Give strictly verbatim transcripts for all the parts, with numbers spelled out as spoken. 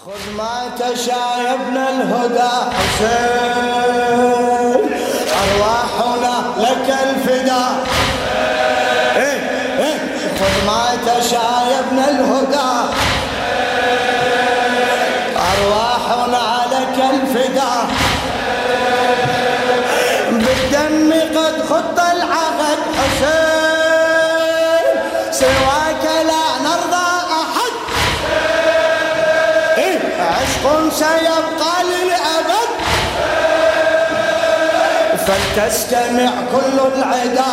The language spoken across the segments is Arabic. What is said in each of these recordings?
خذ ما تشاء يا ابن الهدى حسين، أرواحنا لك الفداء. إيه إيه خذ ما تشاء يا ابن الهدى، أرواحنا لك الفداء. بالدم قد خط العهد حسين، سواك لا نرضى أحد. إيه عشق سيبقى للأبد، فلتستمع كل العدا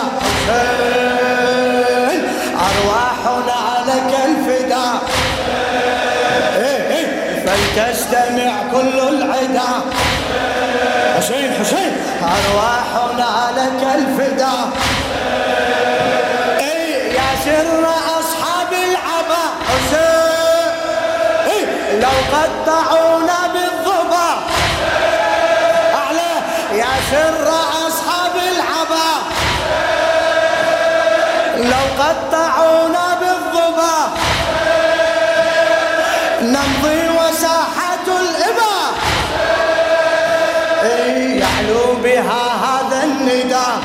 حسين، أرواحنا لك الفداء. إيه إيه فلتستمع كل العدا حسين حسين، أرواحنا لك الفداء. إيه يا سر أصحاب العبا حسين، إيه لو قطعونا بالضبا أعلى، يا سر أصحاب العبا لو قطعونا بالضبا، نمضي وساحة الإبا يعلو بها هذا النداء.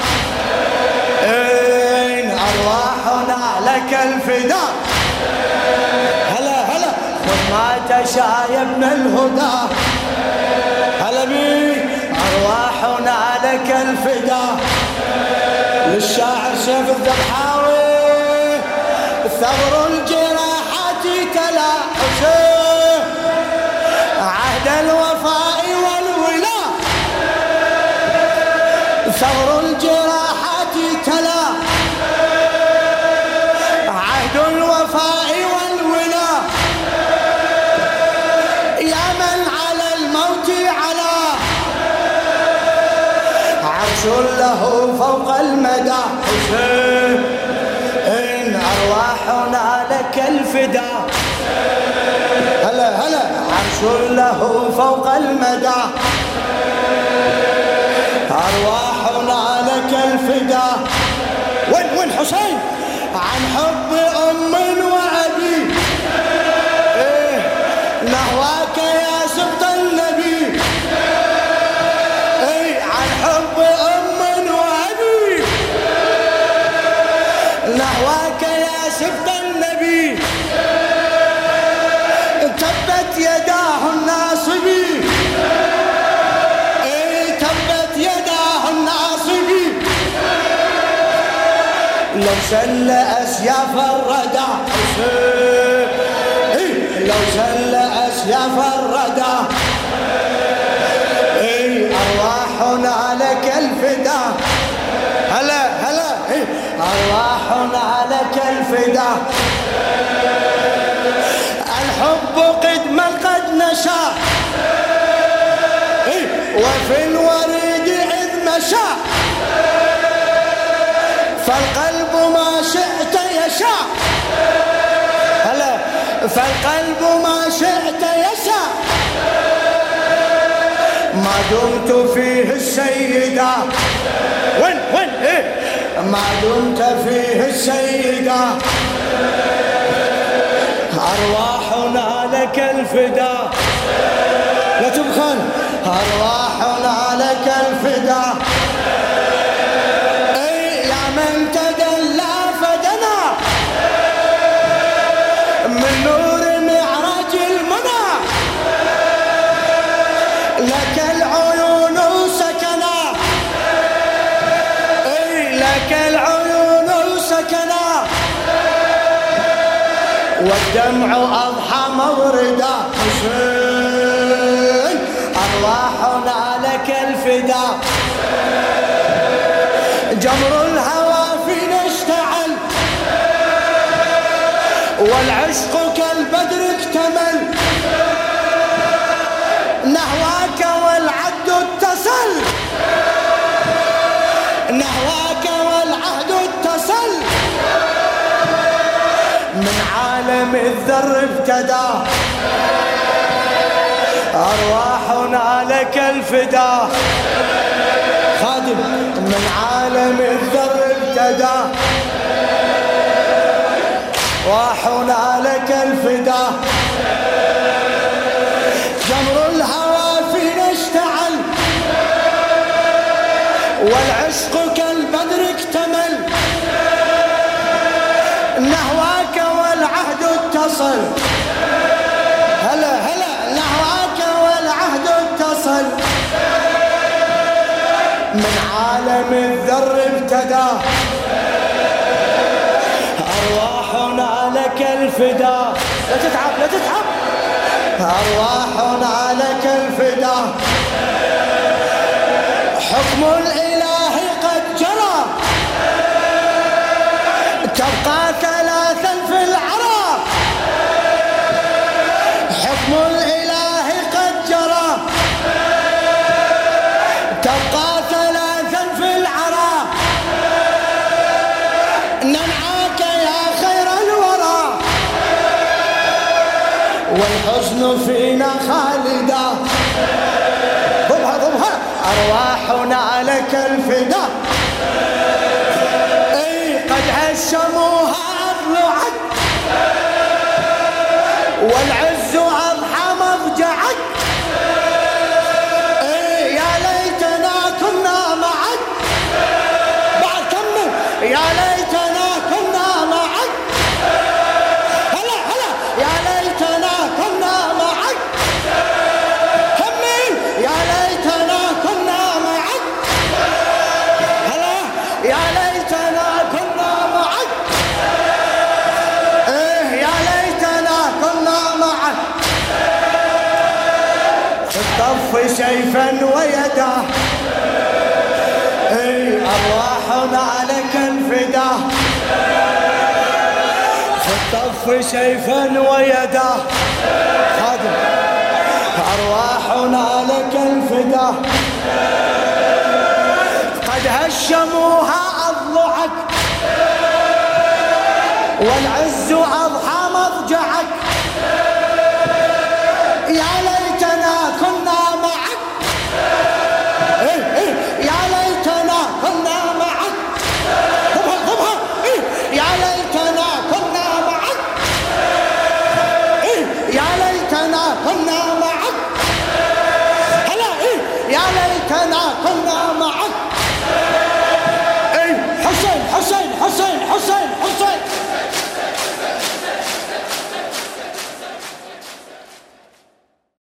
إن أرواحنا لك الفداء. هلا هلا خذ ما تشاء يا ابن الهدى، هلا بي أرواحنا لك الفداء. للشاعر سيف الذبحاوي، ثغر الجراحات تلا حسين، عهد الوفاء والولاء. ثغر الجراحات تلا عهد الوفاء والولاء. يا من على الموت على عرش له فوق المدى حسين، إن أرواحنا لك الفداء. هلا هلا عرش له فوق المدى، أرواحنا لك الفداء. وين وين حسين؟ عن حب أم وأبي، إيه نهواك يا سبط النبي. إيه عن حب أم وأبي، نهواك يا سبط النبي. تبت يداه الناصبي، لو سل أسياف الردى حسين، إيه لو سل أسياف الردى. إيه أرواحنا لك الفداء. هلا هلا إيه أرواحنا لك الفداء. الحب قدما قد نشا، إيه وفي الوريد إذ مشى، فالقلب ما شئت يشاء. هلا فالقلب ما شئت يشاء، ما دمت فيه السيدة. وين وين إيه ما دمت فيه السيدة، أرواحنا لك الفداء. لا تبخل، أرواحنا لك الفداء. من تدلى فدنا من نور معراج المنى، لك العيون سكنا. اي لك العيون سكنا، والدمع أضحى موردا حسين، أرواحنا لك الفداء. جمر الهوى فينا اشتعل، والعشق كالبدر اكتمل، نهواك والعهد اتصل، نهواك والعهد اتصل. من عالم الذر ابتدى، أرواحنا لك الفداء. خادم من عالم الذر ابتدى، أرواحنا لك الفداء. والعشق كالبدر اكتمل نهواك والعهد اتصل هلا هلا نهواك والعهد اتصل من عالم الذر ابتدى أرواحنا لك الفداء لا تتعب لا تتعب أرواحنا لك الفداء حكم الإله قد جرى تبقى ثلاثا في العرى حكم الإله قد جرى تبقى ثلاثا في العرى ننعاك يا خير الورى والحزن فينا خالدا ضمها ضمها أرواحنا لك الفداء اي قد هشموها أضلعك والعز أضحى مضجعك اي يا ليتنا كنا معك بعد كمل يا ليتنا كنا معك هلا هلا يا ليتنا كنا معك كمل يا ليتنا كنا معك هلا يا ليتنا كنا معك ايه يا ليتنا كنا معك في الطف سيفا ويدا ايه أرواحنا لك الفداء في الطف سيفا ويدا خادم أرواحنا لك الفداء قد هشموها أضلعك والعز أضحى مضجعك يا ليتنا كنا معك إيه إيه يا ليتنا كنا معك ضبها ضبها إيه يا ليتنا كنا معك إيه يا ليتنا كنا معك هلا إيه يا ليتنا كنا معك